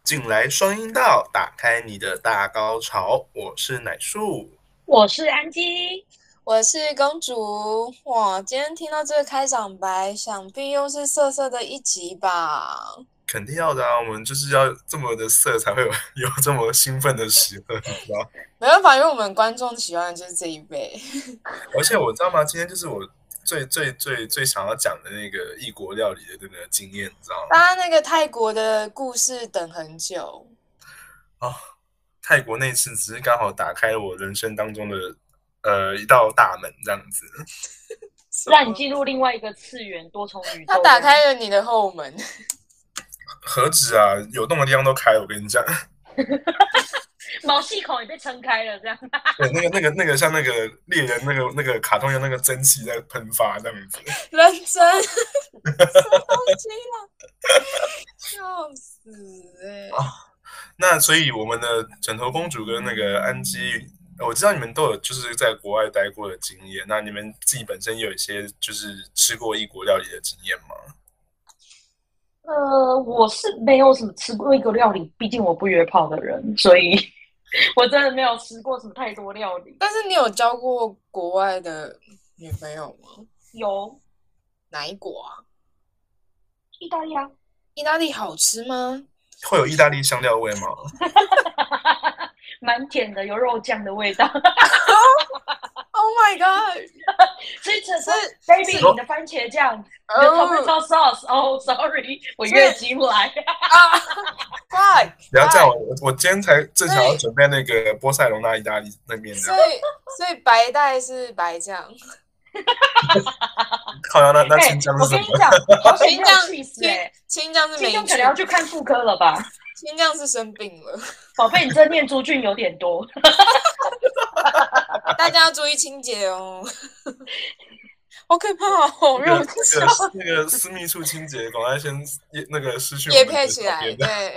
进来双音道，打开你的大高潮。我是奶树， 我是安吉。 我是公主。哇，今天听到这个开场白，想必又是色色的一集吧？ 肯定要的啊！我们就是要这么的色，才会有这么兴奋的时刻，你知道？ 没办法，因为我们观众喜欢的就是这一辈。 而且我知道吗？今天就是我最想要讲的那个异国料理的那个经验，你知道吗？ 大家那个泰国的故事等很久。 哦，泰国那次只是刚好打开了我人生当中的一道大门，这样子。 让你进入另外一个次元多重宇宙。 他打开了你的后门。 何止啊，有洞的地方都开了，我跟你讲。 毛细孔也被撑开了，这样。 对，那个像那个猎人那个卡通一样，那个蒸汽在喷发这样子。 认真。什么东西啦？笑死那所以我们的枕头公主跟那个安基，我知道你们都有就是在国外待过的经验，那你们自己本身也有一些就是吃过异国料理的经验吗？ 我是没有什么吃过一个料理，毕竟我不约炮的人，所以我真的没有吃过什么太多料理。 但是你有交过国外的女朋友吗？ 有哪一国啊？ 意大利啊。 意大利好吃吗？ 会有意大利香料味吗？ 蛮甜的，有肉酱的味道。 Oh my god！ 所以这是是 baby 你的番茄酱，你的 tomato sauce。哦，sorry，我月经来。 啊，快！ 不要这样，我今天才正想要准备那个波塞隆纳意大利那边的， 所以白带是白酱。 靠呀，那青酱是什么？ 我跟你讲，好想要 cheese 哎， 青酱是青酱可能霉菌， 要去看妇科了吧？ 青酱是生病了。 宝贝，你这念珠菌有点多。 大家要注意清洁哦。好可怕哦！肉酱那个私密处清洁，赶快先那个失去我也们的配起来， 小编的。 对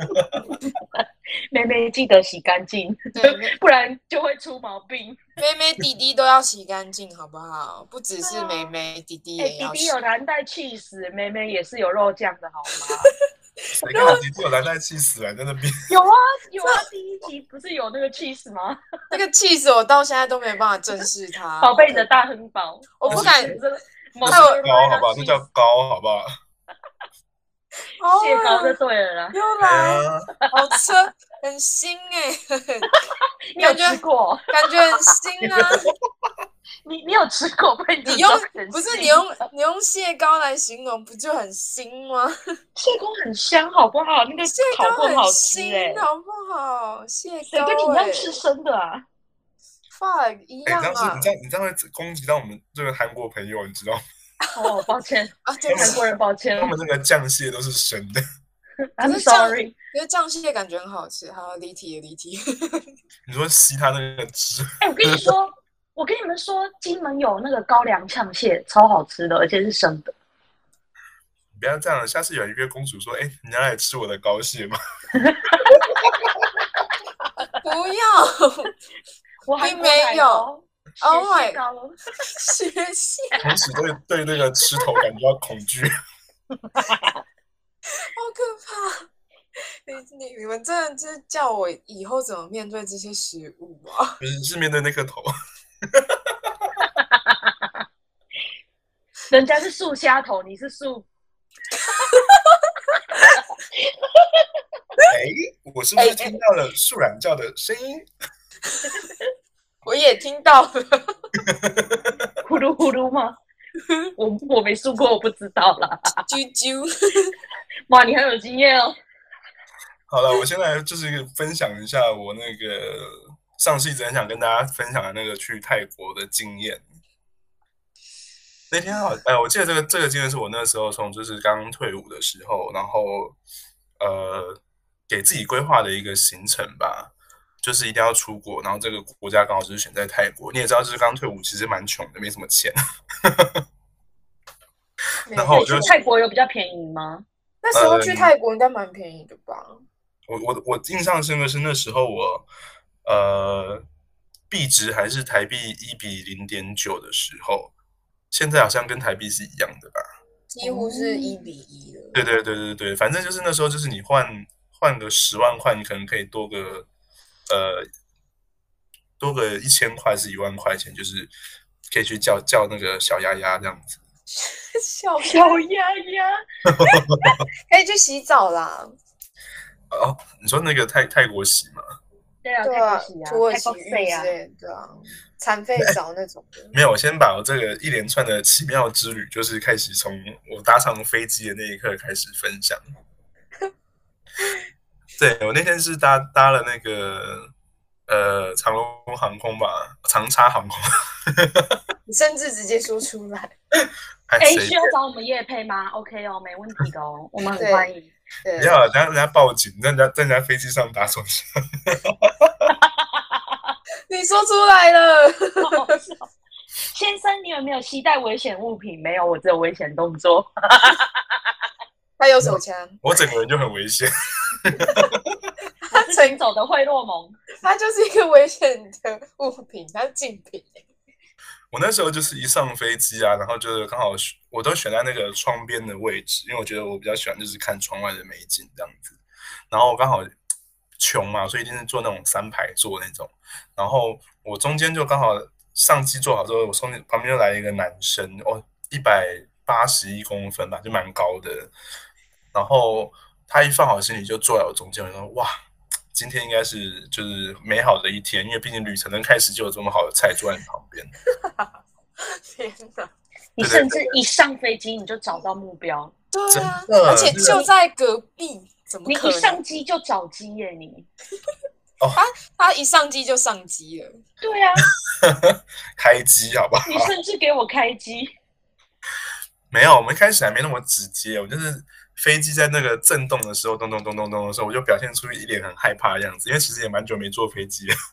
妹妹记得洗干净， 对， 不然就会出毛病。 妹妹弟弟都要洗干净，好不好？不只是妹妹，弟弟也要洗。 弟弟有蓝带气死，妹妹也是有肉酱的好吗？ 谁跟你弟弟有蓝带气死来在那边？ 有啊有啊，第一集不是有那个 cheese 吗？ 那个气死我，到现在都没办法正视它。 宝贝，你的大亨堡， 我不敢。 那是高，好吧，那叫高，好不好？ 蟹膏就对了啦。 又来，好吃，很腥哎。 你有吃过？ 感觉很腥啊。 你有吃过？ 你用不是你用蟹膏来形容，不就很腥吗？ 蟹膏很香，好不好？那个蟹膏很烤过好吃腥，好不好？蟹膏谁跟你一样吃生的啊 ？fuck 一样啊！ 你这样会攻击到我们这个韩国朋友，你知道吗？ 哦，抱歉啊，对韩国人抱歉。 他们那个酱蟹都是生的。 I'm sorry。 因为酱蟹感觉很好吃。好，离题。 你说吸它那个汁？ 我跟你说，我跟你们说，金门有那个高粱呛蟹，超好吃的，而且是生的。 不要这样，下次有一个公主说：“哎，你要来吃我的膏蟹吗？” 不要， 我还并没有。Oh my， 学蟹， 同时对那个吃头感觉到恐惧。 好可怕！你们真的就是叫我以后怎么面对这些食物啊？ 是面对那颗头。 人家是素虾头，你是素。 我是不是听到了树懒叫的声音？ 我也听到了。 呼噜呼噜吗？我没素过，我不知道啦。 啾啾。 哇，你很有经验哦。 好了，我现在就是分享一下我那个上次一直很想跟大家分享的那个去泰国的经验。那天我记得这个经验是我那时候从就是刚退伍的时候，然后给自己规划的一个行程吧，就是一定要出国，然后这个国家刚好就是选在泰国。你也知道，就是刚退伍其实蛮穷的，没什么钱。然后我就去泰国有比较便宜吗？ 那时候去泰国应该蛮便宜的吧？ 我印象深的是那时候我币值还是台币1:0.9的时候，现在好像跟台币是一样的吧？ 几乎是1:1的。 对，反正就是那时候就是你换个10万块，你可能可以多个1000块是1万块钱，就是可以去叫那个小鸭鸭这样子。 小鸭鸭， 可以去洗澡啦。 哦，你说那个泰国洗吗？ 对啊， 对啊，土耳其泰国浴之类的，对啊，残废澡那种的。 没有，我先把我这个一连串的奇妙之旅，就是开始从我搭上飞机的那一刻开始分享。对，我那天是搭了那个长荣航空吧，长差航空。 你甚至直接说出来。 需要找我们业配吗 ？OK 哦，没问题的哦，我们很欢迎。 不要，等下人家报警，在人家飞机上打手枪。 你说出来了。 先生，你有没有携带危险物品？没有，我只有危险动作。 他有手枪， 我整个人就很危险。 他行走的贿赂蒙， 他就是一个危险的物品，他是竞品。 我那时候就是一上飞机啊，然后就是刚好我都选在那个窗边的位置，因为我觉得我比较喜欢就是看窗外的美景这样子。然后刚好穷嘛，所以一定是坐那种3排座那种。然后我中间就刚好上机坐好之后，我旁边就来一个男生，181公分吧，就蛮高的。然后他一放好行李就坐在我中间，我说哇，今天应该是就是美好的一天，因为毕竟旅程的开始就有这么好的菜坐在你旁边。 天哪！ 你甚至一上飞机你就找到目标， 对啊，而且就在隔壁，怎么可能？ 你一上机就找机耶你？ 他一上机就上机了。 对啊， 开机好不好？ 你甚至给我开机。 没有，我们一开始还没那么直接，我就是飞机在那个震动的时候，咚咚咚咚咚的时候，我就表现出一脸很害怕的样子，因为其实也蛮久没坐飞机了。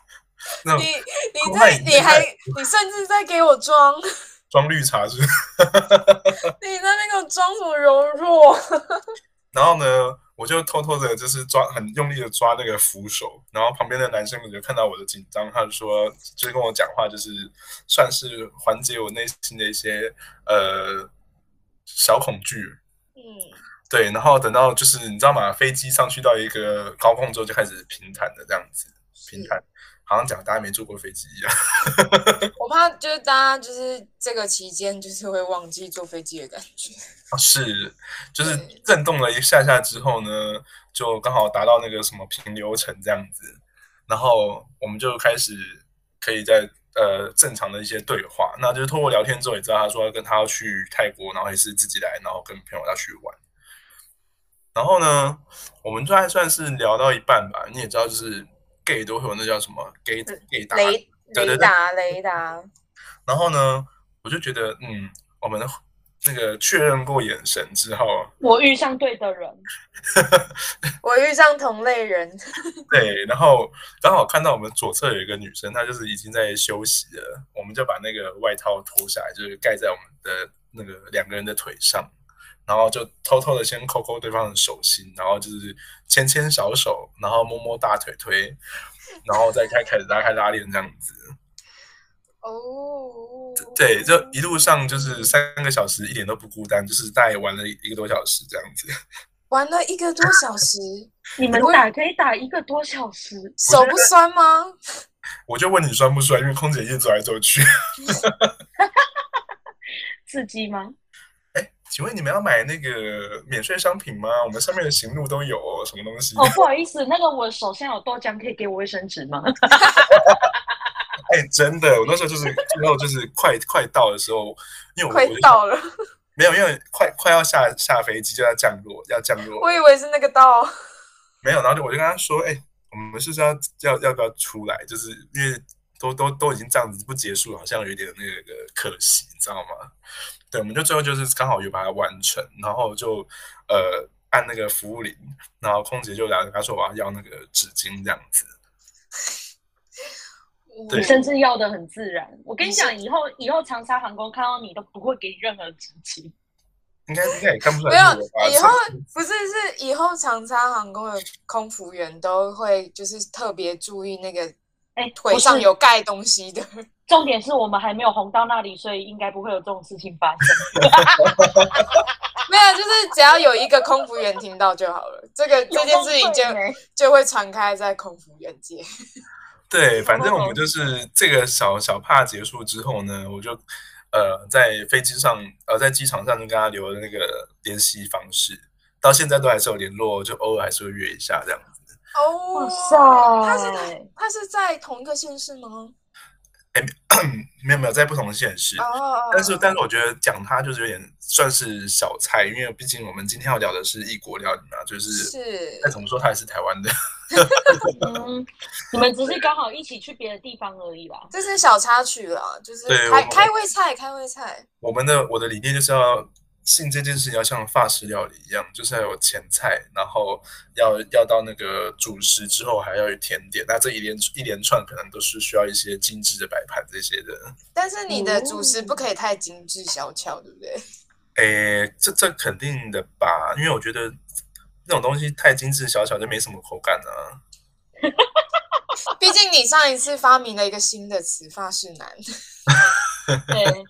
你甚至在给我装绿茶是不是？ 你在那个装什么柔弱？ 然后呢，我就偷偷的就是很用力的抓那个扶手，然后旁边的男生就看到我的紧张，他就说，就是跟我讲话，就是算是缓解我内心的一些小恐惧。对，然后等到就是你知道吗？飞机上去到一个高空之后就开始平坦的这样子，平坦，好像讲大家没坐过飞机一样。 我怕就是大家就是这个期间就是会忘记坐飞机的感觉。 是，就是震动了一下下之后呢，就刚好达到那个什么平流层这样子，然后我们就开始可以在正常的一些对话，那就是透过聊天之后也知道他说他要去泰国，然后也是自己来，然后跟朋友要去玩。然后呢，我们就还算是聊到一半吧，你也知道，就是 gay 都会有那叫什么 gay 达， 雷达。 然后呢，我就觉得，我们那个确认过眼神之后， 我遇上对的人， 我遇上同类人。 对，然后刚好看到我们左侧有一个女生，她就是已经在休息了，我们就把那个外套脱下来，就是盖在我们的那个2个人的腿上。然后就偷偷的先抠抠对方的手心，然后就是牵牵小手，然后摸摸大腿腿，然后再开始拉开拉链这样子。对，就一路上就是3个小时，一点都不孤单，就是大概玩了1个多小时这样子。 玩了1个多小时， 你们可以打1个多小时， 手不酸吗？ 我就问你酸不酸，因为空姐一直走来走去。 刺激吗？ 请问你们要买那个免税商品吗？我们上面的行路都有什么东西？ 不好意思，那个我手上有豆浆，可以给我卫生纸吗？ 真的，我那时候就是最后就是快到的时候，因为快到了， 没有，因为快要下飞机就要降落， 我以为是那个到， 没有，然后我就跟他说，我们是不是要不要出来？就是因为都已经这样子不结束，好像有点那个可惜，你知道吗？对，我们就最后就是刚好有把它完成，然后就按那个服务铃，然后空姐就来跟他说我要那个纸巾这样子。 你甚至要的很自然。我跟你讲，以后长沙航空看到你都不会给你任何纸巾。 应该也看不出来。 没有，以后不是以后长沙航空的空服员都会就是特别注意那个腿上有盖东西的。 重点是我们还没有红到那里，所以应该不会有这种事情发生。 没有，就是只要有一个空服员听到就好了，这件事情就会传开在空服员界。 对，反正我们就是这个小趴结束之后呢，我就在飞机上在机场上就跟他留了那个联系方式，到现在都还是有联络，就偶尔还是会约一下这样子。 哇塞，他是在同一个县市吗？ 没有在不同的县市，但是我觉得讲它就是有点算是小菜，因为毕竟我们今天要聊的是异国料理嘛，就是再怎么说它也是台湾的。 你们只是刚好一起去别的地方而已啦， 这是小插曲啦，就是开胃菜。 我的理念就是要信这件事情要像法式料理一样，就是要有前菜，然后要到那个主食之后还要有甜点，那这一连串可能都是需要一些精致的摆盘这些的。 但是你的主食不可以太精致小巧，对不对？ 这肯定的吧，因为我觉得那种东西太精致小巧就没什么口感啊。 毕竟你上一次发明了一个新的词，法式男。 对。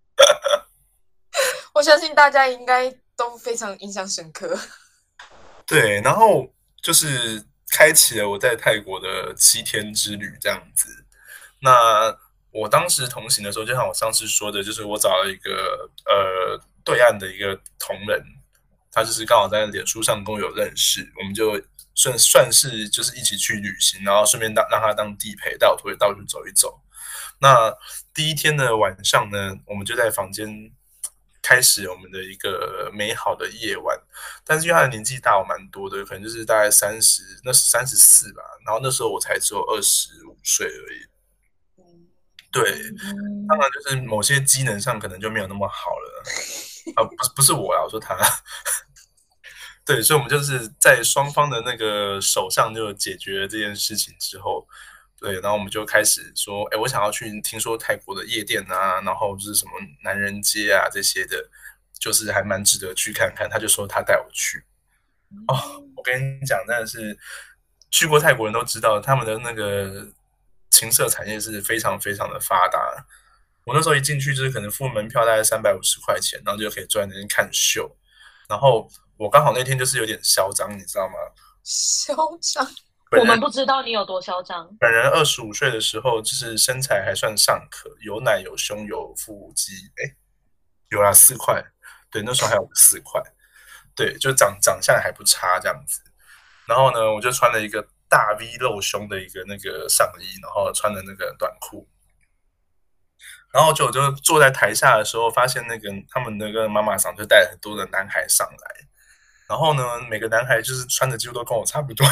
我相信大家应该都非常印象深刻。 对，然后就是开启了我在泰国的7天之旅这样子。那我当时同行的时候，就像我上次说的，就是我找了一个对岸的一个同仁，他就是刚好在脸书上跟我有认识，我们就算是就是一起去旅行，然后顺便让他当地陪，带我到处走一走。那第一天的晚上呢，我们就在房间开始我们的一个美好的夜晚，但是因为他的年纪大我蛮多的，可能就是大概34吧，然后那时候我才只有25岁而已。对，当然就是某些机能上可能就没有那么好了。不是我啦，我说他。对，所以我们就是在双方的那个手上就解决了这件事情之后，对，然后我们就开始说，我想要去听说泰国的夜店啊，然后就是什么男人街啊这些的，就是还蛮值得去看看。他就说他带我去。我跟你讲，真的是去过泰国人都知道，他们的那个情色产业是非常非常的发达。我那时候一进去就是可能付门票大概350块钱，然后就可以坐在那边看秀。然后我刚好那天就是有点嚣张，你知道吗？ 嚣张？ 我们不知道你有多嚣张。 本人25岁的时候，就是身材还算尚可，有奶有胸有腹肌，有啦4块，对，那时候还有4块，对，就长相还不差这样子。然后呢，我就穿了一个大 V 露胸的一个那个上衣，然后穿了那个短裤。然后就坐在台下的时候，发现那个他们那个妈妈桑就带了很多的男孩上来，然后呢，每个男孩就是穿的几乎都跟我差不多。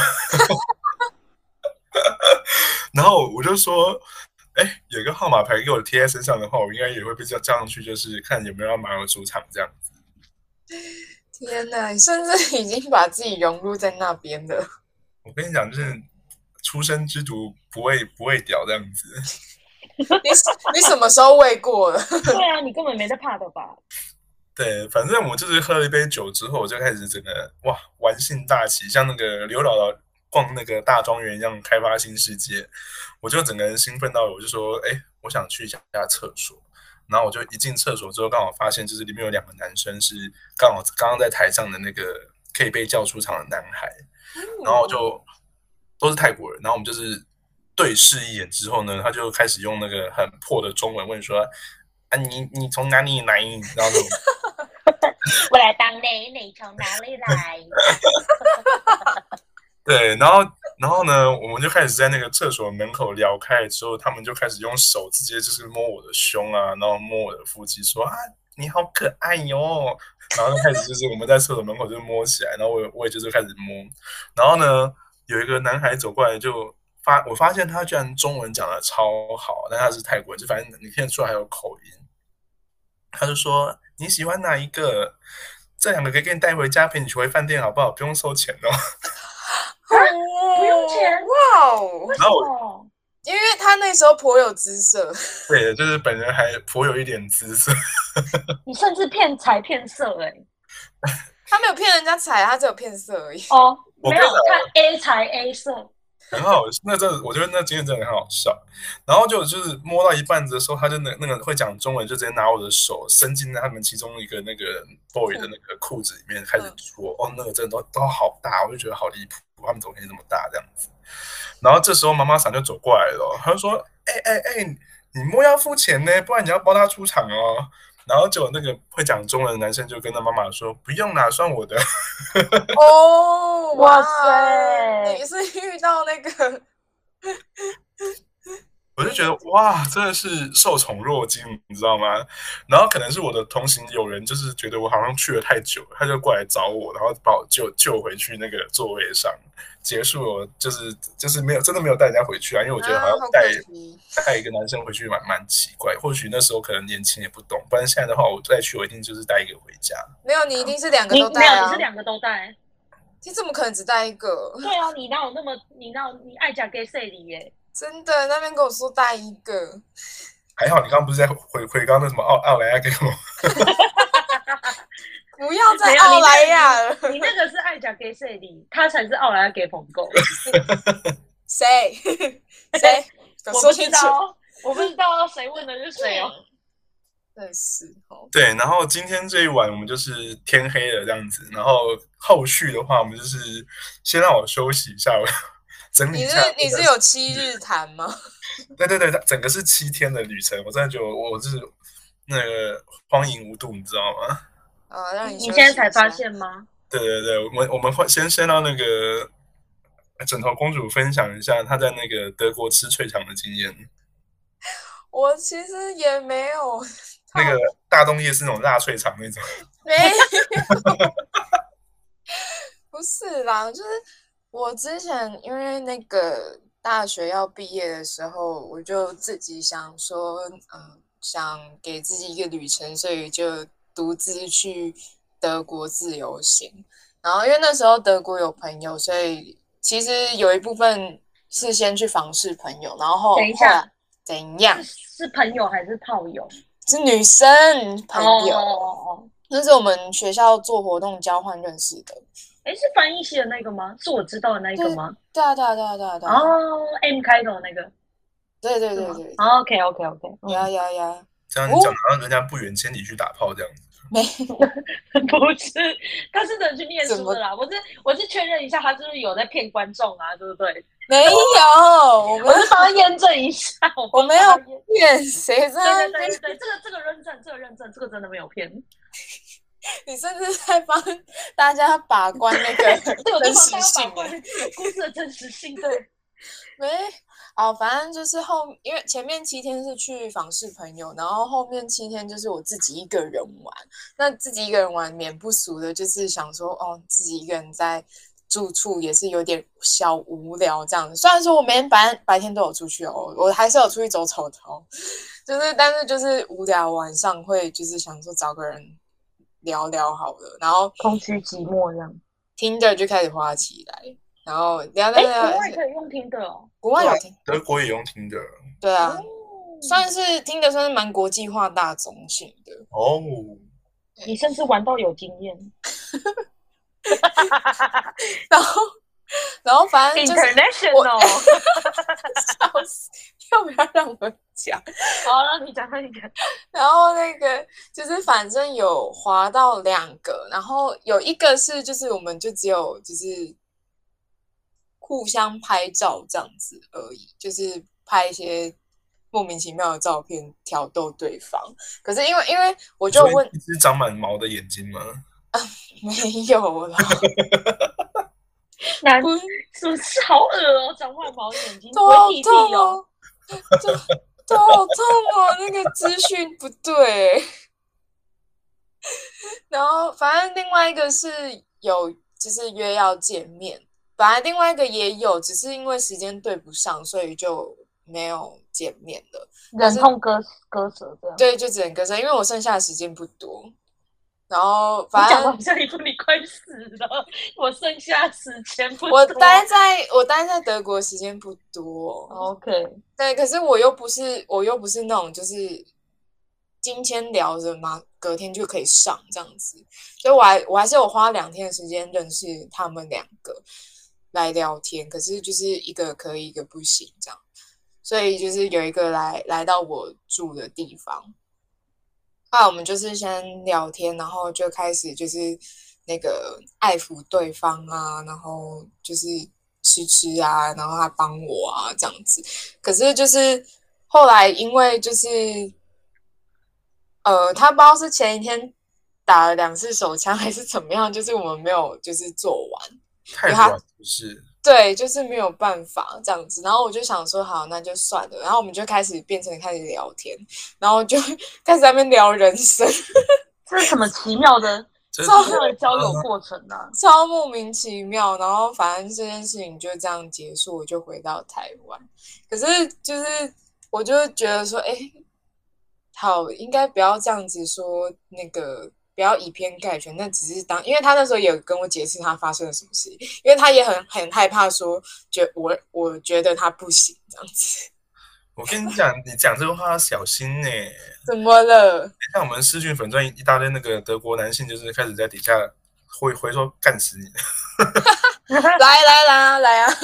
然后我就说，有一个号码牌给我贴在身上的话，我应该也会被叫上去，就是看有没有要买我主场这样子。 天哪，你甚至已经把自己融入在那边了。 我跟你讲，就是初生之犊不畏屌这样子。 你什么时候喂过了？ 对啊，你根本没在怕的吧？ 对，反正我就是喝了一杯酒之后，我就开始整个玩性大起，像那个刘姥姥逛那个大庄园一样开发新世界。我就整个人兴奋到，我就说，我想去一下厕所。然后我就一进厕所之后，刚好发现就是里面有2个男生是刚刚在台上的那个可以被叫出场的男孩，然后就都是泰国人，然后我们就是对视一眼之后呢，他就开始用那个很破的中文问说：“你从哪里来？”然后我来当你从哪里来？ 对，然后呢，我们就开始在那个厕所门口聊开之后，他们就开始用手直接就是摸我的胸啊，然后摸我的腹肌，说你好可爱哟。然后就开始就是我们在厕所门口就摸起来，然后我也就是开始摸。然后呢，有一个男孩走过来我发现他居然中文讲的超好，但他是泰国人，就反正你听得出来还有口音。他就说你喜欢哪一个？这2个可以给你带回家，陪你去回饭店好不好？不用收钱哦。 不用钱哇哦！ 然后因为他那时候颇有姿色， 对，就是本人还颇有一点姿色。 你甚至骗财骗色他没有骗人家财，他只有骗色而已。 没有，他 A 财 A 色。 很好，那真的，我觉得那经验真的很好笑。然后就是摸到一半的时候，他就那个会讲中文，就直接拿我的手伸进他们其中一个那个 boy 的那个裤子里面，开始说：“哦，那个真的都好大。”我就觉得好离谱，他们怎么可以这么大这样子？然后这时候妈妈桑就走过来了，他就说：“你摸要付钱呢，不然你要包他出场哦。”然后就那个会讲中文的男生就跟他妈妈说：“不用啦，算我的。” 哦， 哇塞！ 你是遇到那个？ 我就觉得哇，真的是受宠若惊，你知道吗？然后可能是我的同行友人，就是觉得我好像去了太久，他就过来找我，然后把我救回去那个座位上，结束了。就是没有真的没有带人家回去啊，因为我觉得好像带一个男生回去蛮奇怪。或许那时候可能年轻也不懂，不然现在的话，我再去我一定就是带一个回家。 没有，你一定是2个都带啊！你是2个都带。 你怎么可能只带1个？ 对啊，你哪有那么你爱讲给谁理耶？ 真的，那边跟我说带1个， 还好你刚刚不是在回刚那什么奥莱亚给我？ 不要再奥莱亚了， 你那个是爱讲给谁理，他才是奥莱亚给捧够。 谁？ 我不知道，我不知道谁问的是谁哦。 真是哦。 对，然后今天这一晚我们就是天黑了这样子，然后后续的话我们就是先让我休息一下。整理一下。 你是有7日谈吗？ 对，整个是7天的旅程，我真的觉得我是那个荒淫无度，你知道吗？ 让你现在才发现吗？ 对，我们会先让那个枕头公主分享一下她在那个德国吃脆肠的经验。 我其实也没有那个大东夜是那种辣脆肠那种， 没有，不是啦，就是。我之前因为那个大学要毕业的时候，我就自己想说，想给自己一个旅程，所以就独自去德国自由行。然后因为那时候德国有朋友，所以其实有一部分是先去访视朋友，然后等一下怎样？ 是朋友还是炮友？ 是女生朋友。那是我们学校做活动交换认识的。 是翻译系的那个吗？是我知道的那个吗？ 对啊。 哦 ，M 开头那个。 对。 OK。 呀。 这样你讲，然后人家不远千里去打炮这样子。 没， 不是，他是能去念书的啦。我是确认一下，他是不是有在骗观众啊？对不对？ 没有， 我是帮他验证一下。 我没有骗谁在。 对，这个认证，这个真的没有骗。 你甚至在帮大家把关那个真实性， 故事的真实性。对， 没反正就是因为前面7天是去访视朋友，然后后面7天就是我自己一个人玩。那自己一个人玩，免不俗的就是想说，自己一个人在住处也是有点小无聊这样子。虽然说我每天白天都有出去我还是有出去走头，但是就是无聊，晚上会就是想说找个人聊聊好了，然后空虚寂寞这样， 听着就开始滑起来，然后聊。 国外可以用听的哦， 国外有听， 德国也用听的。 对啊，算是听的，算是蛮国际化、大众性的哦。 你甚至玩到有经验， 然后反正就是 international， 笑死，要不要让我讲？ 好，让你讲。 然后那个就是反正有滑到2个，然后有一个是就是我们就只有就是互相拍照这样子而已，就是拍一些莫名其妙的照片挑逗对方。可是因为我就问， 一只长满毛的眼睛吗？ 没有啦。 是不是好恶哦？长满毛眼睛， 头好痛哦，头好痛哦，那个资讯不对。然后反正另外一个是有就是约要见面，本来另外一个也有，只是因为时间对不上，所以就没有见面了。 忍痛割舍这样。 对，就只能割舍，因为我剩下的时间不多。然后反正好像一副你快死了，我剩下时间不多。 我待在德国时间不多。 OK， 对，可是我又不是那种就是今天聊着嘛，隔天就可以上这样子，所以我还是有花2天的时间认识他们2个。 来聊天，可是就是一个可以，一个不行这样，所以就是有一个来到我住的地方，我们就是先聊天，然后就开始就是那个爱抚对方啊，然后就是吃啊，然后他帮我啊这样子，可是就是后来因为就是他不知道是前一天打了2次手枪还是怎么样，就是我们没有就是做完， 太短不是？ 对，就是没有办法这样子。然后我就想说，好，那就算了。然后我们就开始聊天，然后就开始在那边聊人生， 这是什么奇妙的交友过程啊？ 超莫名其妙。然后反正这件事情就这样结束，我就回到台湾。可是就是我就觉得说，哎，好，应该不要这样子说，那个不要以偏概全，那只是因为他那时候也有跟我解释他发生了什么事，因为他也很害怕说，我觉得他不行这样子。 我跟你讲，你讲这个话要小心呢。 怎么了？ 像我们视讯粉专一大堆那个德国男性，就是开始在底下回说干死你。 来啊！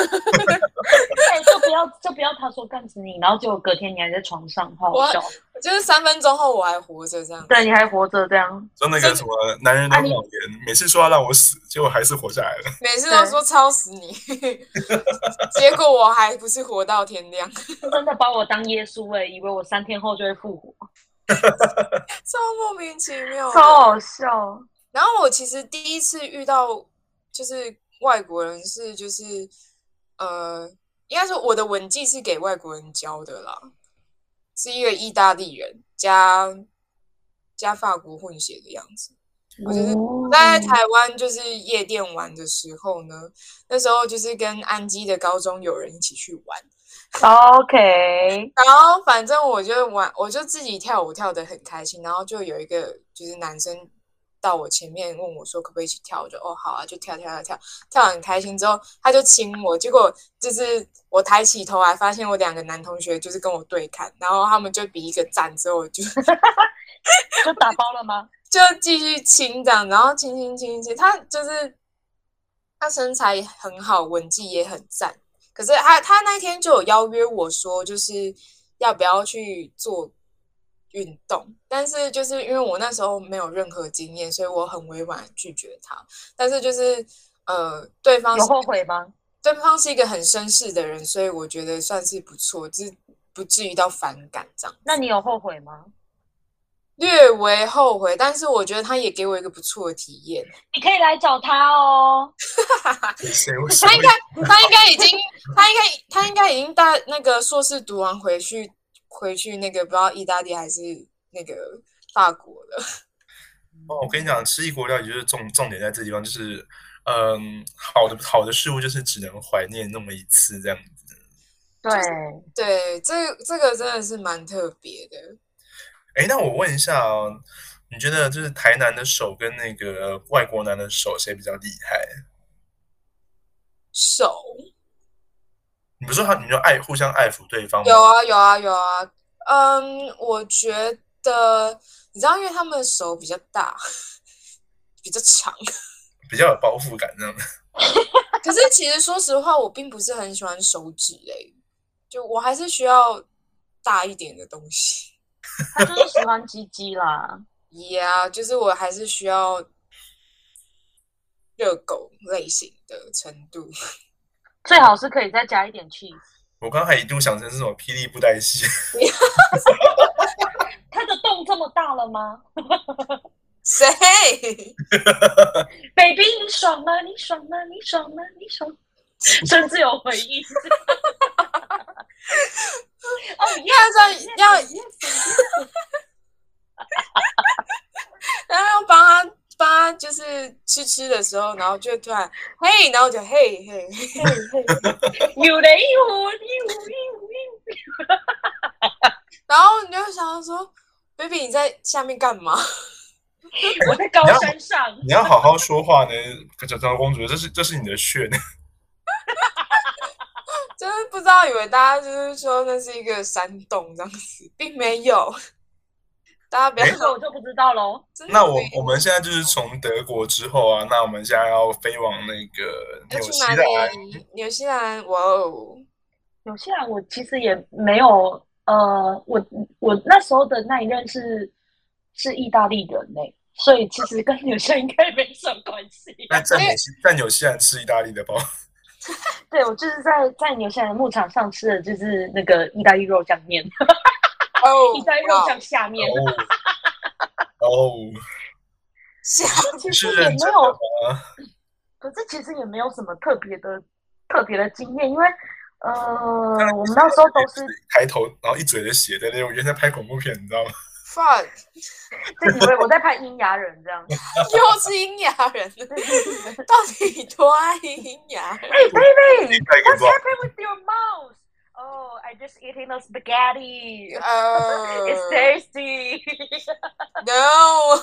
就不要他说干死你，然后结果隔天你还在床上，好好笑。 就是3分钟后我还活着这样。 对，你还活着这样。 说那个什么男人的谎言，每次说要让我死，结果还是活下来了。 每次都说操死你，结果我还不是活到天亮。 真的把我当耶稣以为我3天后就会复活， 超莫名其妙， 超好笑。 然后我其实第一次遇到就是外国人是就是应该说我的吻技是给外国人教的啦，是一个意大利人加法国混血的样子。我就是在台湾就是夜店玩的时候呢，那时候就是跟安基的高中友人一起去玩。 OK， 然后反正我就自己跳舞跳得很开心，然后就有一个就是男生到我前面问我说可不可以一起跳，我就好啊，就跳得很开心。之后他就亲我，结果就是我抬起头来发现我2个男同学就是跟我对看，然后他们就比一个赞，之后我就就打包了吗？ 就继续亲这样，然后亲，他就是他身材很好，吻技也很赞。可是他那天就有邀约我说，就是要不要去做运动，但是就是因为我那时候没有任何经验，所以我很委婉拒绝他。但是就是对方有后悔吗？ 对方是一个很绅士的人，所以我觉得算是不错，就是不至于到反感这样。 那你有后悔吗？ 略微后悔，但是我觉得他也给我一个不错的体验。 你可以来找他哦。 他应该已经那个硕士读完回去那个不知道意大利还是那个法国了。 我跟你讲，吃异国料理就是重点在这地方，就是好的事物就是只能怀念那么一次这样子。 对，这个真的是蛮特别的。 那我问一下你觉得就是台南的手跟那个外国男的手谁比较厉害？ 手？ 你不是说你就互相爱抚对方吗？ 有啊。我觉得你知道，因为他们的手比较大，比较长， 比较有包覆感这样。 可是其实说实话，我并不是很喜欢手指就我还是需要大一点的东西。 他就是喜欢鸡鸡啦。 Yeah， 就是我还是需要热狗类型的程度， 最好是可以再加一点 cheese。 我刚才一度想成是什么霹雳布袋戏。 他的洞这么大了吗？ 谁 ？Baby， 你爽吗？你爽吗？你爽吗？你爽？甚至有回应。 哦，要然后要帮他就是吃的时候，然后就突然嘿，然后就嘿， 有雷有， 然后你就想说 ，baby 你在下面干嘛？ 我在高山上。 你要好好说话呢，小公主，这是你的穴呢。 就是不知道以为大家就是说那是一个山洞这样子，并没有。 大家不要这个我就不知道喽。 那我们现在就是从德国之后啊，那我们现在要飞往那个纽要去哪西兰。 里？纽西兰，哇哦！ 纽西兰我其实也没有，我那时候的那一任是意大利人呢，所以其实跟纽西兰应该没什么关系。 在纽西兰吃意大利的包， 对，我就是在纽西兰的牧场上吃的就是那个意大利肉酱面， 哦， 意大利肉酱下面。 哦， 其实也没有，可是其实也没有什么特别的经验，因为我们那时候都是抬头，然后一嘴的血在那，我原来在拍恐怖片，你知道吗？ fuck， 自以为我在拍阴阳人这样， 又是阴阳人，到底多爱阴阳人？ Hey baby, what's happening with your mouth? Oh, I just eating the spaghetti. It's tasty. No.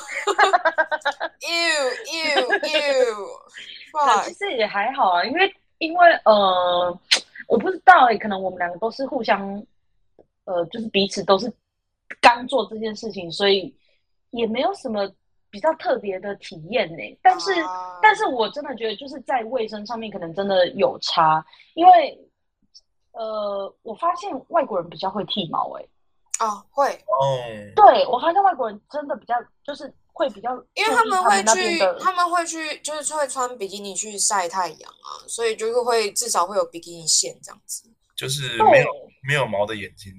Ew. 其实也还好啊，因为我不知道可能我们两个都是互相就是彼此都是刚做这件事情，所以也没有什么比较特别的体验呢。但是我真的觉得就是在卫生上面可能真的有差，因为我发现外国人比较会剃毛会对，我发现外国人真的比较就是会比较， 因为他们会去就是会穿比基尼去晒太阳啊，所以就是会至少会有比基尼线这样子， 就是没有毛的眼睛，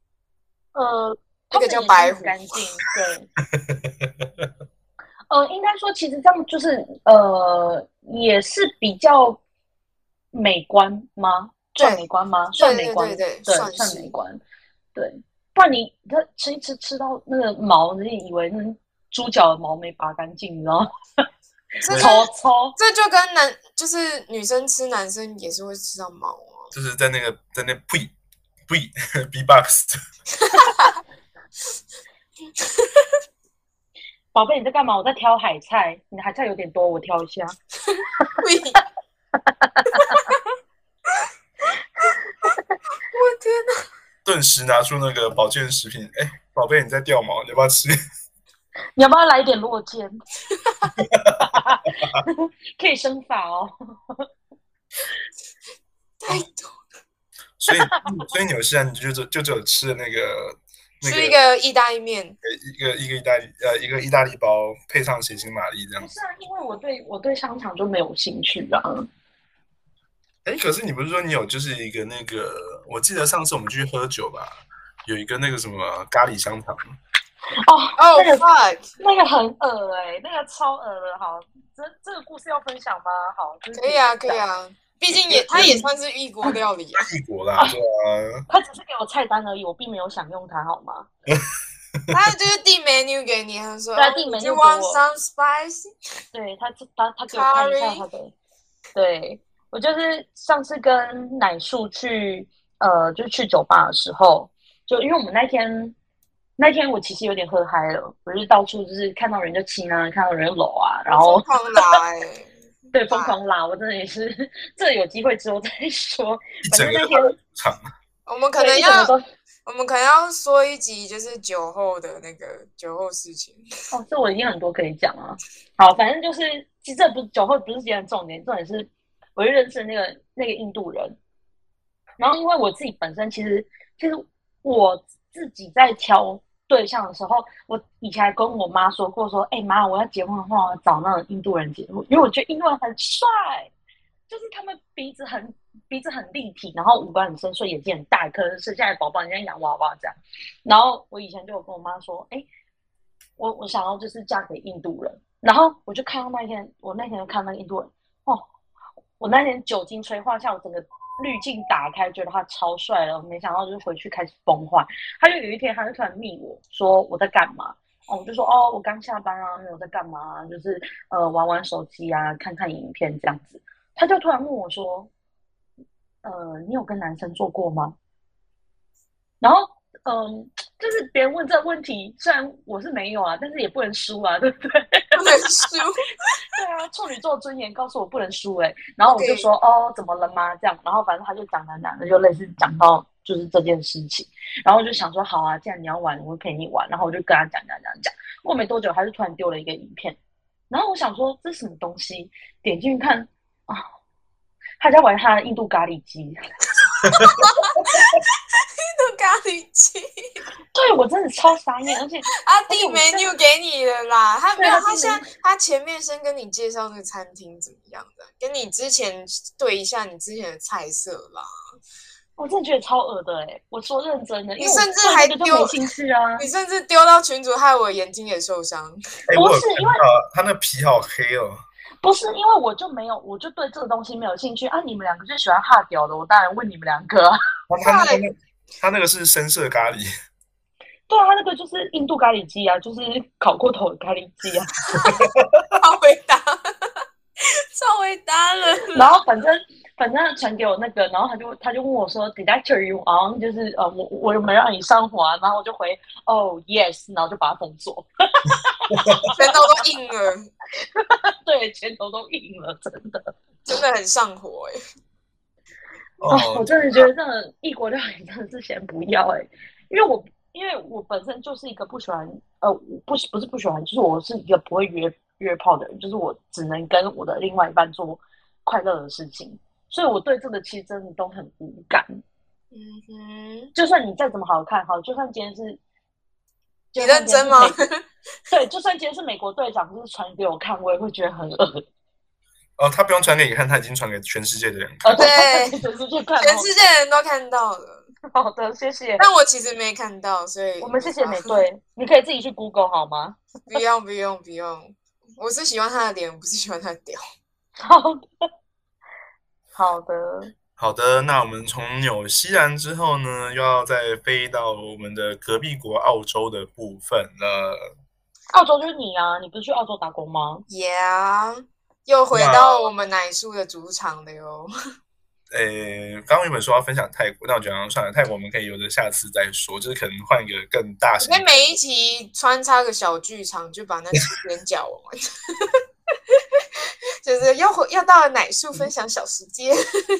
那个叫白虎， 干净对。应该说其实这样就是也是比较美观吗？算美观吗？算美观，对，算美观，对。不然你吃一吃到那个毛，你以为那猪脚的毛没拔干净，你知道吗？抽， 这就跟就是女生吃，男生也是会吃到毛啊。 就是在那呸 B-box。 宝贝，你在干嘛？我在挑海菜，你的海菜有点多，我挑一下。 我天哪！ 顿时拿出那个保健食品，宝贝，你在掉毛，你要不要吃？ 你要不要来一点落肩？可以生发哦。 太多了。 所以纽西兰你就只有吃的那个。 是一个意大利面， 一个意大利包配上血腥玛丽这样。 不是啊，因为我对香肠就没有兴趣啊。 可是你不是说你有就是一个那个，我记得上次我们去喝酒吧，有一个那个什么咖喱香肠。 那个很恶那个超恶的。好，这个故事要分享吗？好， 可以啊。毕竟它也算是异国料理啊。 异国啦，对啊。 他只是给我菜单而已，我并没有享用它，好吗？ 他就是递 menu 给你，他说：“ 对，递 menu 给我。 Want some spicy？” 对他给我看一下他的。对，我就是上次跟奶树去就是去酒吧的时候，就因为我们那天我其实有点喝嗨了，我就到处就是看到人就亲啊，看到人就搂啊，然后疯狂拉对，疯狂拉，我真的也是，这有机会之后再说。反正那天我们可能要说一集就是酒后的那个酒后事情。 这我已经很多可以讲了。好，反正就是其实这不是酒后不是今天的重点是我就认识那个印度人，然后因为我自己本身其实我自己在挑对象的时候，我以前还跟我妈说过说，妈，我要结婚的话，我要找那种印度人结婚，因为我觉得印度人很帅，就是他们鼻子很立体，然后五官很深邃，眼睛很大，可能生下来宝宝很像洋娃娃这样。然后我以前就有跟我妈说，我想要就是嫁给印度人，然后我就看到我那天就看到那个印度人，我那天酒精催化下，我整个滤镜打开，觉得他超帅了。没想到就是回去开始崩坏。他就有一天，他就突然密我说我在干嘛？我就说我刚下班啊，没有在干嘛，就是玩玩手机啊，看看影片这样子。他就突然问我说，你有跟男生做过吗？然后就是别人问这个问题，虽然我是没有啊，但是也不能输啊，对不对？ 不能输。 对啊，处女座尊严告诉我不能输然后我就说怎么了吗？这样，然后反正他就讲男的就类似讲到就是这件事情，然后我就想说好啊，既然你要玩，我会陪你玩，然后我就跟他讲。过没多久，他就突然丢了一个影片，然后我想说这是什么东西，点进去看啊，他在玩他的印度咖喱鸡。 那咖喱鸡， 对我真的超傻眼，而且他递 menu 给你了啦，他没有， 对他现在他前面先跟你介绍那个餐厅怎么样的，跟你之前对一下你之前的菜色啦。 我真的觉得超恶的我说认真的， 你甚至还丢没兴趣啊， 你甚至丢到群组，害我眼睛也受伤。 不是因为他那皮好黑哦。 不是因为我就对这个东西没有兴趣啊！你们两个就喜欢哈屌的，我当然问你们两个啊。 他那个是深色咖喱。 对啊，他那个就是印度咖喱鸡啊，就是烤过头的咖喱鸡啊。 超伟大，超伟大了。 然后反正他传给我那个，然后他就问我说 ，Did I turn you on？ 就是我有没有让你上火啊？然后我就回哦 yes， 然后就把它封锁。 拳头都硬了。 对，拳头都硬了，真的很上火我真的觉得这种异国料理真的是先不要因为我本身就是一个不喜欢不是不喜欢，就是我是一个不会约炮的人，就是我只能跟我的另外一半做快乐的事情，所以我对这个其实真的都很无感。就算你再怎么好看，就算今天是你认真吗？ 对，就算今天是美国队长，就是传给我看，我也会觉得很恶。 他不用传给你看，他已经传给全世界的人看。 对， 全世界看， 全世界的人都看到了。 好的，谢谢。 但我其实没看到，所以我们谢谢美队，你可以自己去 Google 好吗？ 不用，我是喜欢他的脸，不是喜欢他的屌。 好的， 那我们从纽西兰之后呢，又要再飞到我们的隔壁国澳洲的部分了。 澳洲就是你啊，你不是去澳洲打工吗 ？Yeah， 又回到我们奶叔的主场了哟。 刚刚原本说要分享泰国，但我觉得算了，泰国我们可以留着下次再说，就是可能换一个更大型。 所以每一集穿插个小剧场，就把那时间讲完。就是要到了奶叔分享小时间。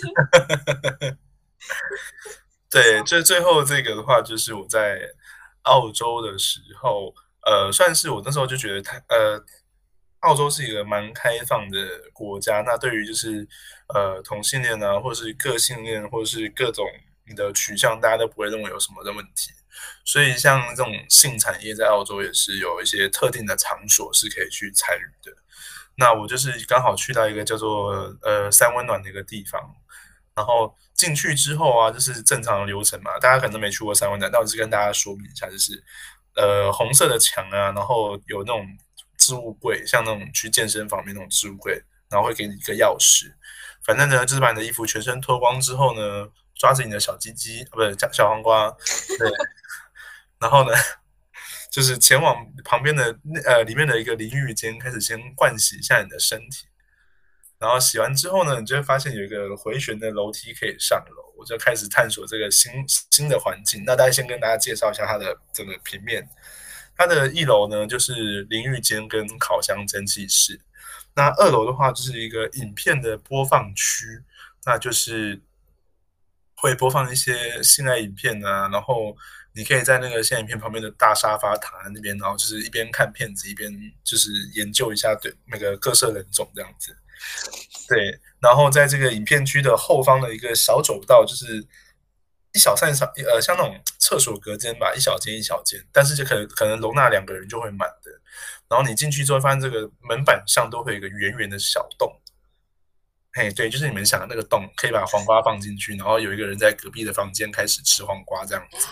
对，这最后这个的话，就是我在澳洲的时候，算是我那时候就觉得澳洲是一个蛮开放的国家。那对于就是同性恋啊，或是个性恋，或是各种你的取向，大家都不会认为有什么的问题。所以像这种性产业在澳洲也是有一些特定的场所是可以去参与的。那我就是刚好去到一个叫做三温暖的一个地方，然后进去之后啊，就是正常的流程嘛，大家可能都没去过三温暖，但我是跟大家说明一下，就是红色的墙啊，然后有那种置物柜，像那种去健身房里面那种置物柜，然后会给你一个钥匙，反正呢就是把你的衣服全身脱光之后呢，抓着你的小鸡鸡，不是小黄瓜，对，然后呢就是前往旁边的里面的一个淋浴间，开始先盥洗一下你的身体，然后洗完之后呢，你就会发现有一个回旋的楼梯可以上楼，我就开始探索这个新的环境。那大家先跟大家介绍一下它的这个平面。它的一楼呢就是淋浴间跟烤箱蒸汽室，那二楼的话就是一个影片的播放区，那就是会播放一些性爱影片啊，然后你可以在那个性爱影片旁边的大沙发躺在那边，然后就是一边看片子一边就是研究一下对那个各色人种这样子。对，然后在这个影片区的后方的一个小走道，就是一小扇像那种厕所隔间吧，一小间一小间，但是就可能容纳2个人就会满的。然后你进去之后，发现这个门板上都会有一个圆圆的小洞。嘿，对，就是你们想的那个洞，可以把黄瓜放进去，然后有一个人在隔壁的房间开始吃黄瓜这样子。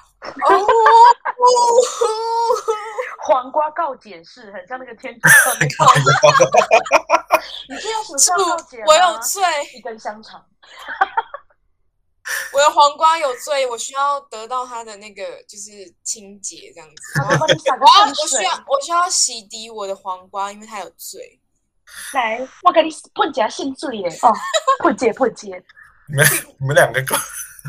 黄瓜告解释，很像那个天主教的告解。你这有什么需要告解吗？ 我有罪， 一根香肠。 我的黄瓜有罪，我需要得到它的那个就是清洁这样子。我需要洗涤我的黄瓜，因为它有罪。 来，我给你喷一下性水耶！哦，喷姐。 你们2个够。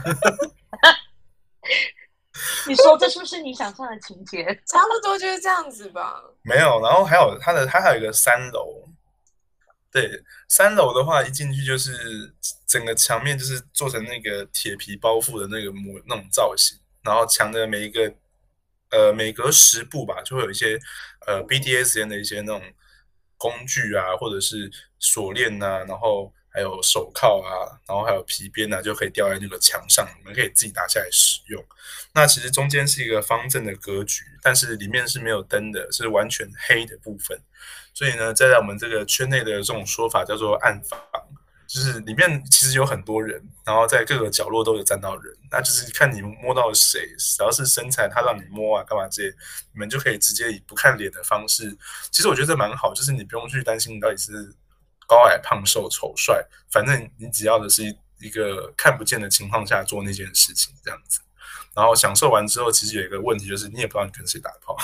你说这是不是你想象的情节？ 差不多就是这样子吧。 没有，然后还有它还有一个3楼， 对，3楼的话，一进去就是整个墙面就是做成那个铁皮包覆的那个那种造型，然后墙的每隔10步吧，就会有一些BDSM 的一些那种工具啊，或者是锁链啊，然后还有手铐啊，然后还有皮鞭啊，就可以吊在那个墙上，你们可以自己拿下来使用。那其实中间是一个方正的格局，但是里面是没有灯的，是完全黑的部分。所以呢，在我们这个圈内的这种说法叫做暗房，就是里面其实有很多人，然后在各个角落都有站到人，那就是看你摸到谁，只要是身材他让你摸啊干嘛这些，你们就可以直接以不看脸的方式。其实我觉得蛮好，就是你不用去担心你到底是高矮胖瘦丑帅，反正你只要的是一个看不见的情况下做那件事情这样子。然后享受完之后，其实有一个问题就是你也不知道你跟谁打炮。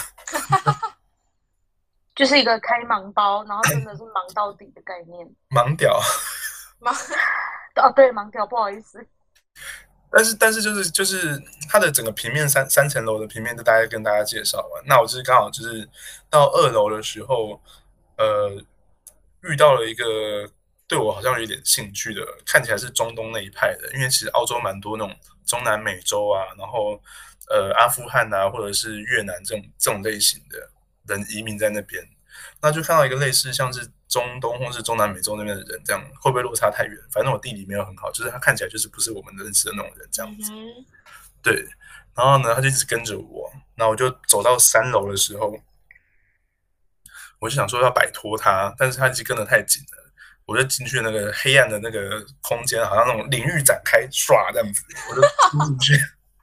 就是一个开盲包，然后真的是盲到底的概念。 盲屌， 哦，对，盲屌，不好意思。 但是就是它的整个平面三层楼的平面，就大概跟大家介绍完。那我就是刚好就是到2楼的时候，遇到了一个对我好像有点兴趣的，看起来是中东那一派的，因为其实澳洲蛮多那种中南美洲啊，然后阿富汗啊，或者是越南这种类型的人移民在那边，那就看到一个类似像是中东或是中南美洲那边的人，这样会不会落差太远？反正我地理没有很好，就是他看起来就是不是我们认识的那种人这样子。对，然后呢，他就一直跟着我，然后我就走到3楼的时候，我就想说要摆脱他，但是他一直跟得太紧了，我就进去那个黑暗的那个空间，好像那种领域展开，唰这样子，我就冲进去，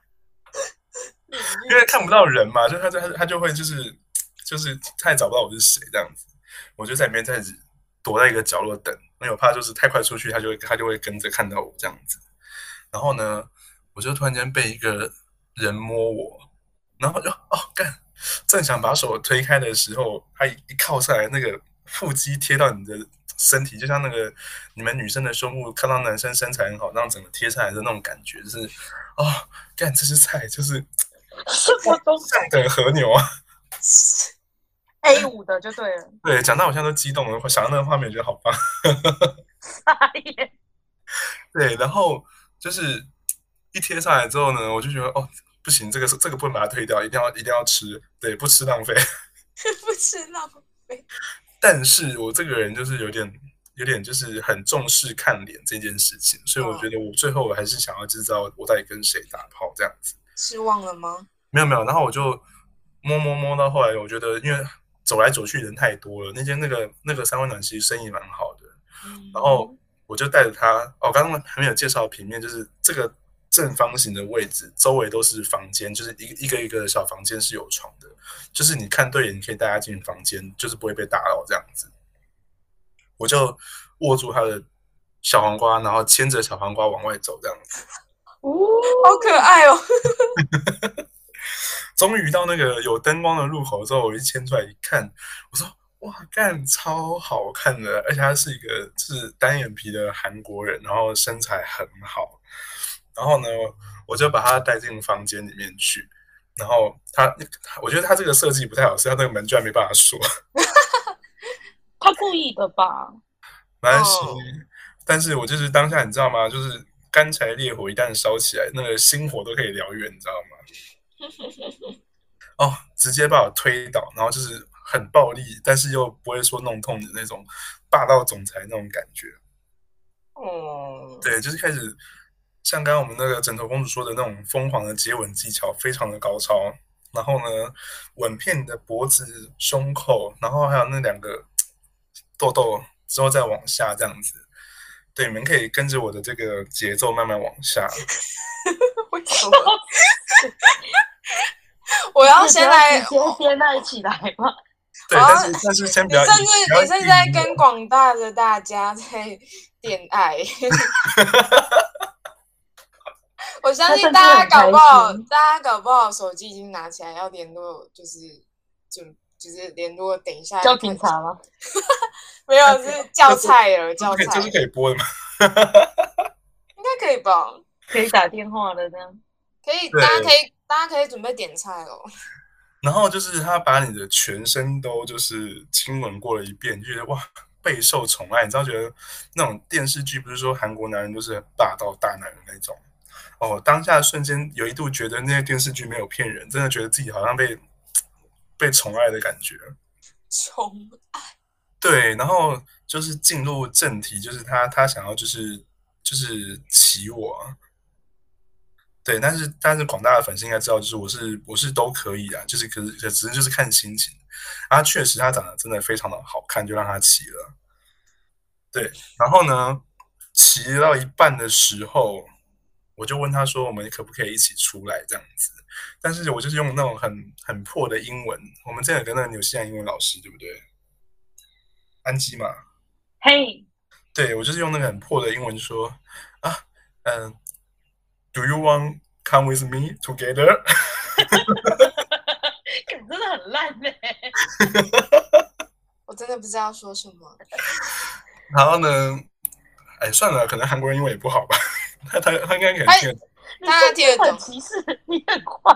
因为看不到人嘛，就他就会就是他也找不到我是谁这样子，我就在里面在躲在一个角落等，因为我怕就是太快出去，他就会跟着看到我这样子。然后呢，我就突然间被一个人摸我，然后就干，正想把手推开的时候，他一靠上来，那个腹肌贴到你的身体，就像那个你们女生的胸部看到男生身材很好，让整个贴上来的那种感觉，就是干这是菜，就是上等和牛啊。 A5的就对了。 对，讲到我现在都激动了，想到那个画面，觉得好棒。 傻眼。 对，然后就是一贴上来之后呢，我就觉得不行，这个不能把它退掉，一定要吃，对，不吃浪费。 不吃浪费。 但是我这个人就是有点就是很重视看脸这件事情，所以我觉得我最后我还是想要知道我到底跟谁打炮这样子。 失望了吗？ 没有，然后我就摸到后来，我觉得因为走来走去人太多了，那间那个三温暖其实生意蛮好的，然后我就带着他，刚刚还没有介绍平面，就是这个正方形的位置，周围都是房间，就是一个的小房间是有床的，就是你看对眼，你可以带他进房间，就是不会被打扰这样子。我就握住他的小黄瓜，然后牵着小黄瓜往外走，这样子。 好可爱哦！ 终于到那个有灯光的入口之后，我一牵出来一看，我说：“哇，干超好看的！而且他是一个就是单眼皮的韩国人，然后身材很好。然后呢，我就把他带进房间里面去。然后我觉得他这个设计不太好，是他那个门居然没办法锁。 他故意的吧？ 没关系，但是我就是当下，你知道吗？就是干柴烈火一旦烧起来，那个心火都可以燎原，你知道吗？直接把我推倒，然后就是很暴力，但是又不会说弄痛的那种霸道总裁那种感觉。对，就是开始像刚刚我们那个枕头公主说的那种疯狂的接吻技巧，非常的高超。然后呢，吻遍你的脖子、胸口，然后还有那2个痘痘，之后再往下这样子。对，你们可以跟着我的这个节奏慢慢往下。 为什么？我要先来直接接在起来吗？ 对，但是先不要。 你是在跟广大的大家在恋爱。我相信大家搞不好手机已经拿起来要联络，就是联络，等一下叫警察吗？ 没有，是叫菜了，叫菜。 这是可以播的吗？ 应该可以吧？ 可以打电话的这样。 可以，大家可以准备点菜了。 然后就是他把你的全身都就是亲吻过了一遍，就觉得哇， 备受宠爱，你知道，觉得那种电视剧不是说韩国男人都是很霸道大男人那种。哦，当下的瞬间有一度觉得那些电视剧没有骗人，真的觉得自己好像被宠爱的感觉。 宠爱。 对，然后就是进入正题，就是他想要就是骑我啊。对，但是广大的粉丝应该知道，就是我是都可以啊，就是只是就是看心情。啊，确实他长得真的非常的好看，就让他骑了。对，然后呢，骑到一半的时候，我就问他说，我们可不可以一起出来这样子？但是我就是用那种很破的英文，我们之前有跟那个纽西兰英文老师，对不对？安基嘛， 嘿， 对我就是用那个很破的英文就说啊，Do you want come with me together？ 真的很烂呢。 我真的不知道说什么。 然后呢，哎，算了，可能韩国人英文也不好吧，他应该可能听得懂。 他听得懂。 很歧视，你很快。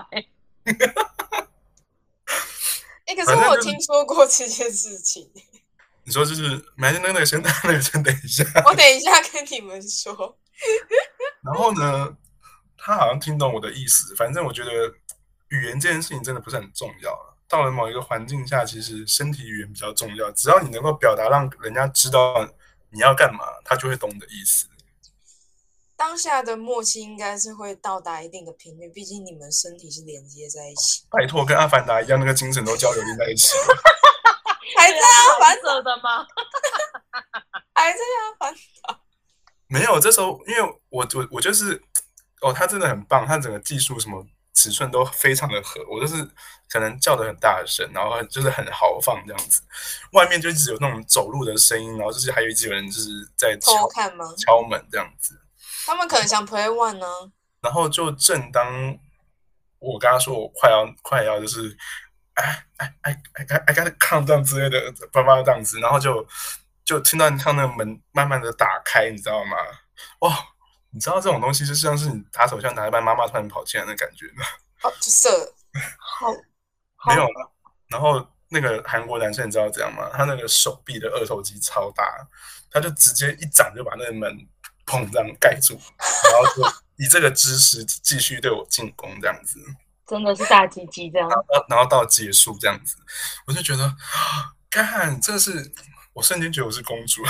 可是我听说过这件事情。 你说就是，那个先等一下， 我等一下跟你们说。 然后呢，他好像听懂我的意思，反正我觉得语言这件事情真的不是很重要了。到了某一个环境下，其实身体语言比较重要，只要你能够表达让人家知道你要干嘛，他就会懂你的意思。 当下的默契应该是会到达一定的频率，毕竟你们身体是连接在一起。 拜托，跟阿凡达一样，那个精神都交流在一起。 还在阿凡达的吗？ 还在阿凡达？ 没有，这时候因为我就是他真的很棒，他整个技术什么尺寸都非常的合，我就是可能叫得很大声，然后就是很豪放这样子，外面就一直有那种走路的声音，然后就是还有一直有人就是在偷看吗？ 敲门这样子。 他们可能想 play one 呢。 然后就正当我跟他说我快要就是I gotta calm down 之类的，叭叭这样子，然后就听到那个门慢慢的打开，你知道吗？哇，你知道这种东西就像是你打手枪打一半，妈妈突然跑进来的感觉呢。 就射。 好， 没有了。然后那个韩国男生你知道怎样吗？他那个手臂的二头肌超大，他就直接一掌就把那个门砰这样盖住，然后就以这个姿势继续对我进攻这样子。 真的是大鸡鸡这样， 然后到结束这样子，我就觉得，干，这是我瞬间觉得我是公主。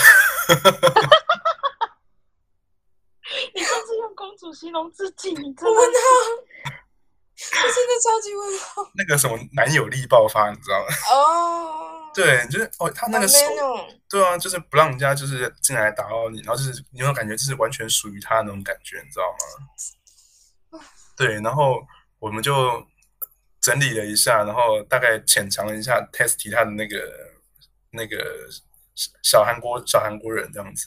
你甚至用公主形容自己，你真的， 问号，我真的超级问号。 那个什么男友力爆发，你知道吗？ 哦， 对，就是他那个手， 哦， 对啊，就是不让人家就是进来打扰你，然后就是你有种感觉，就是完全属于他的那种感觉，你知道吗？对，然后我们就整理了一下，然后大概浅尝了一下 Testy 他的那个小韩国人这样子。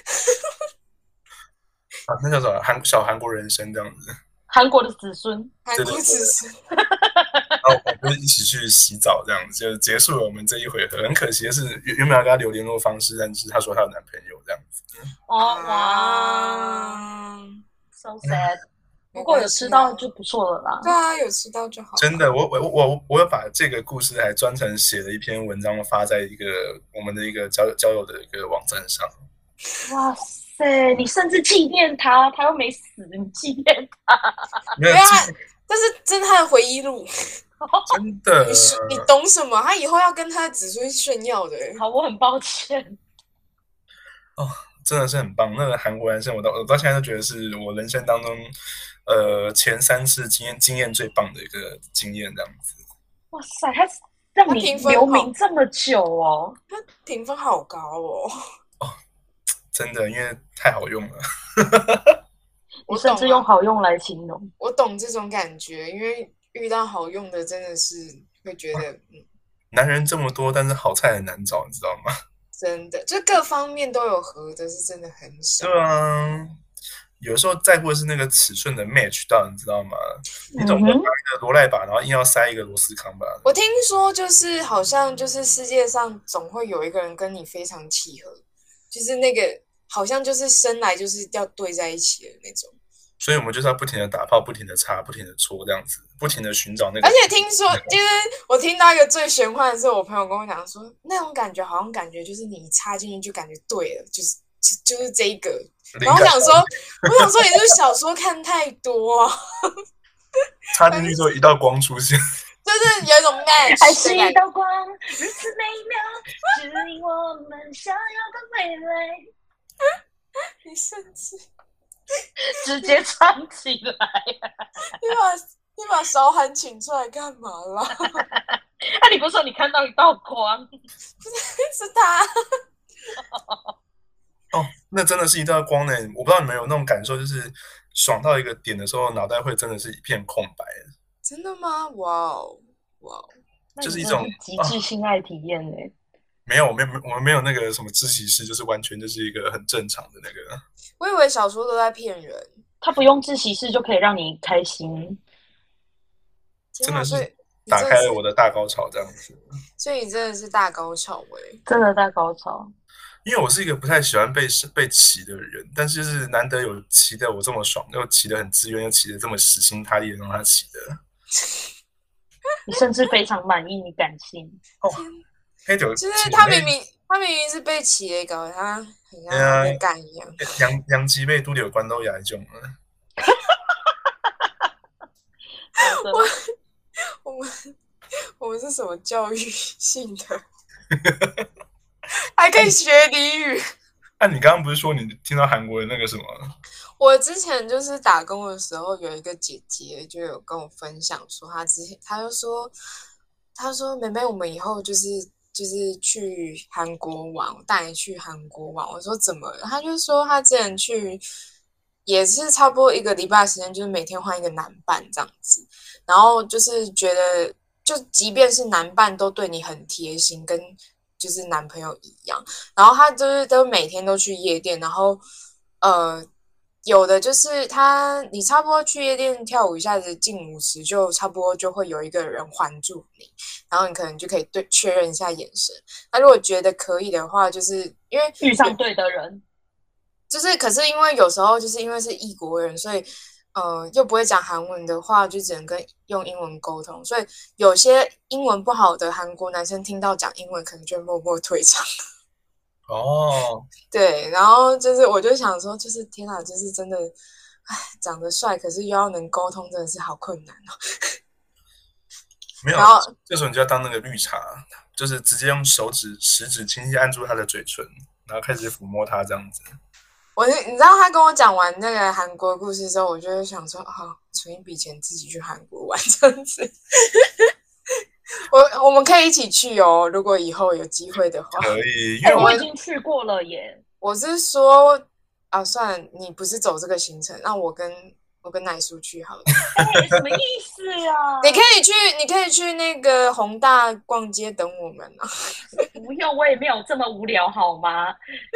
啊，那叫什么小韩国人生这样子， 韩国的子孙， 韩国子孙。 然后我们就一起去洗澡这样子，就结束了我们这一回合。很可惜的是，原本要跟他留联络方式，但是他说他有男朋友这样子。 哦哇 ，so sad。不过有吃到就不错了啦。 对啊，有吃到就好。 真的，我有把这个故事还专程写了一篇文章，发在我们的一个交友的一个网站上。 哇塞，你甚至纪念他，他又没死，你纪念他？ 没有， 这是真他的回忆录。 真的， 你懂什么？他以后要跟他的子孙炫耀的。 好，我很抱歉。 哦，真的是很棒。那个韩国男生，我到现在都觉得是我人生当中，前3次经验最棒的一个经验，这样子。 哇塞，他让你留名这么久哦， 他评分好高哦。 哦，真的，因为太好用了。 我甚至用好用来形容。 我懂这种感觉，因为遇到好用的真的是会觉得， 男人这么多，但是好菜很难找，你知道吗？ 真的，就各方面都有合的，是真的很少。 对啊，有时候在乎的是那个尺寸的 match 到，你知道吗？你总不能拿一个罗赖把，然后硬要塞一个螺丝康吧？ 我听说就是好像就是世界上总会有一个人跟你非常契合，就是那个好像就是生来就是要对在一起的那种。 所以我们就是要不停的打炮，不停的擦，不停的搓，这样子，不停的寻找那个。 而且听说，就是我听到一个最玄幻的是，我朋友跟我讲说，那种感觉好像感觉就是你插进去就感觉对了，就是这一个。然后我想说你是不是小说看太多啊？ 插进去之后一道光出现， 就是有一种match， 还是一道光，如此美妙，指引我们想要的未来。 你甚至直接唱起来， 你把韶涵请出来干嘛啦？ 啊，你不是说你看到一道光？ 是他。 哦，那真的是一道光呢！我不知道你们有那种感受，就是爽到一个点的时候，脑袋会真的是一片空白。 真的吗？哇哦，哇哦， 就是一种极致性爱体验呢。 没有，我们没有那个什么自习室，就是完全就是一个很正常的那个。 我以为小说都在骗人， 他不用自习室就可以让你开心， 真的是打开了我的大高潮这样子。 所以你真的是大高潮真的大高潮。 因为我是一个不太喜欢被骑的人，但是就是难得有骑的我这么爽，又骑得很自愿，又骑得这么死心塌地的让他骑的。 你甚至非常满意，你敢信？ 哦， 就是他明明是被骑的，搞得他很像被干一样。 养鸡被都有关都牙种了。 我们是什么教育性的？还可以学俚语。 你刚刚不是说你听到韩国的那个什么？ 我之前就是打工的时候，有一个姐姐就有跟我分享说，她说妹妹，我们以后就是去韩国玩，我带你去韩国玩。我说怎么了？她就说她之前去也是差不多1个礼拜的时间，就是每天换一个男伴这样子，然后就是觉得，就即便是男伴都对你很贴心，跟就是男朋友一样。然后他就是都每天都去夜店，然后有的就是你差不多去夜店跳舞一下子进舞池，就差不多就会有一个人环住你，然后你可能就可以确认一下眼神。那如果觉得可以的话，就是因为遇上对的人， 就是可是因为有时候就是因为是异国人，所以又不会讲韩文的话，就只能用英文沟通。所以有些英文不好的韩国男生听到讲英文，可能就默默退场。 哦， 对，然后就是我就想说，就是天哪，就是真的，哎，长得帅，可是又要能沟通，真的是好困难哦。 没有，这时候你就要当那个绿茶，就是直接用食指轻轻按住他的嘴唇，然后开始抚摸他这样子。 你知道他跟我讲完那个韩国故事之后，我就会想说，存一笔钱自己去韩国玩这样子。我们可以一起去哦，如果以后有机会的话。 可以，因为我已经去过了耶。 我是说算了，你不是走这个行程，那我跟奶叔去好了。 什么意思呀？ 你可以去那个弘大逛街等我们啊。 不用，我也没有这么无聊好吗？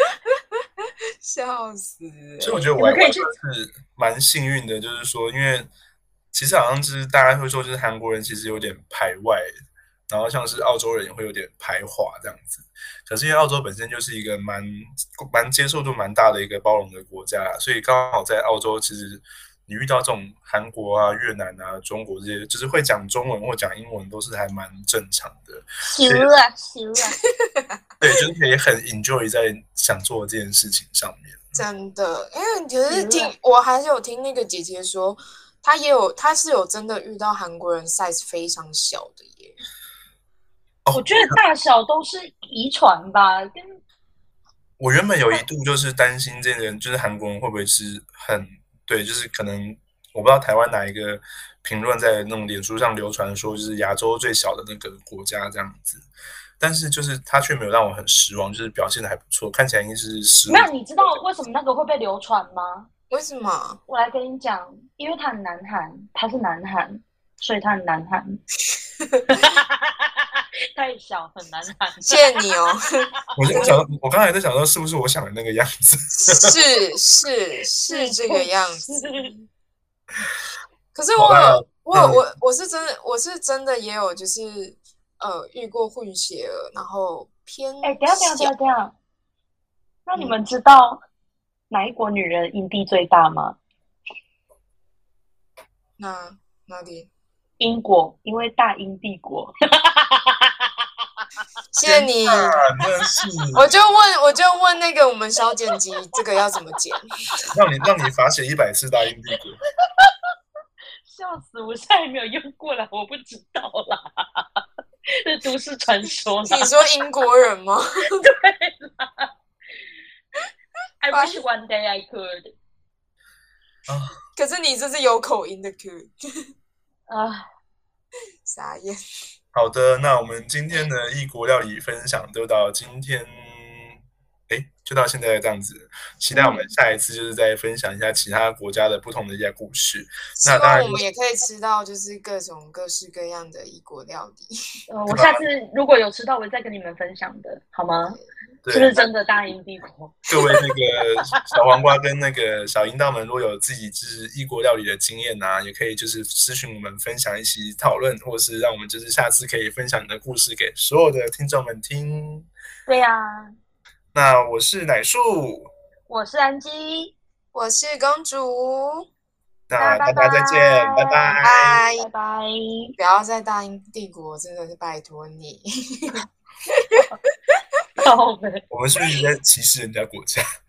笑死！ 所以我觉得我还算是蛮幸运的，就是说，因为其实好像就是大家会说，就是韩国人其实有点排外，然后像是澳洲人也会有点排华这样子。可是因为澳洲本身就是一个蛮接受度蛮大的一个包容的国家，所以刚好在澳洲，其实你遇到这种韩国啊、越南啊、中国这些，就是会讲中文或讲英文，都是还蛮正常的。 行了。 对，就是可以很 enjoy 在想做这件事情上面。 真的，因为可是我还是有听那个姐姐说，她是有真的遇到韩国人 size 非常小的耶。 我觉得大小都是遗传吧。 我原本有一度就是担心这个人，就是韩国人会不会是很对，就是可能我不知道台湾哪一个评论在那种脸书上流传说，就是亚洲最小的那个国家这样子。但是就是他却没有让我很失望，就是表现的还不错，看起来应该是15。 那你知道为什么那个会被流传吗？ 为什么？ 我来跟你讲，因为他很难喊，他是南韩，所以他很难喊。太小很难喊。 谢谢你哦。 我刚才在想说，是不是我想的那个样子？ 是这个样子。可是我是真的也有就是遇过混血儿，然后偏等一下，那你们知道哪一国女人阴蒂最大吗？ 哪里？ 英国，因为大英帝国。 谢谢你。 真的是， 我就问那个我们小剪辑，这个要怎么剪？ 让你罚写100次大英帝国。 笑死！我现在没有用过了，我不知道啦。这都市传说啦。 你说英国人吗？ 对啦。I wish one day I could。 可是你这是有口音的 could。傻眼。 好的，那我们今天的异国料理分享就到今天，就到现在这样子。期待我们下一次就是再分享一下其他国家的不同的一些故事。 希望我们也可以吃到就是各种各式各样的异国料理。 我下次如果有吃到，我再跟你们分享的，好吗？是不是真的大英帝国？ 各位那个小黄瓜跟那个小阴道们，如果有自己就是异国料理的经验啊，也可以就是私讯我们分享，一起讨论，或是让我们就是下次可以分享你的故事给所有的听众们听。 对呀。 那我是奶树， 我是安基， 我是公主。 那大家再见，拜拜， 拜拜。 不要在大英帝国，真的是拜托你。 我们是不是在歧视人家国家？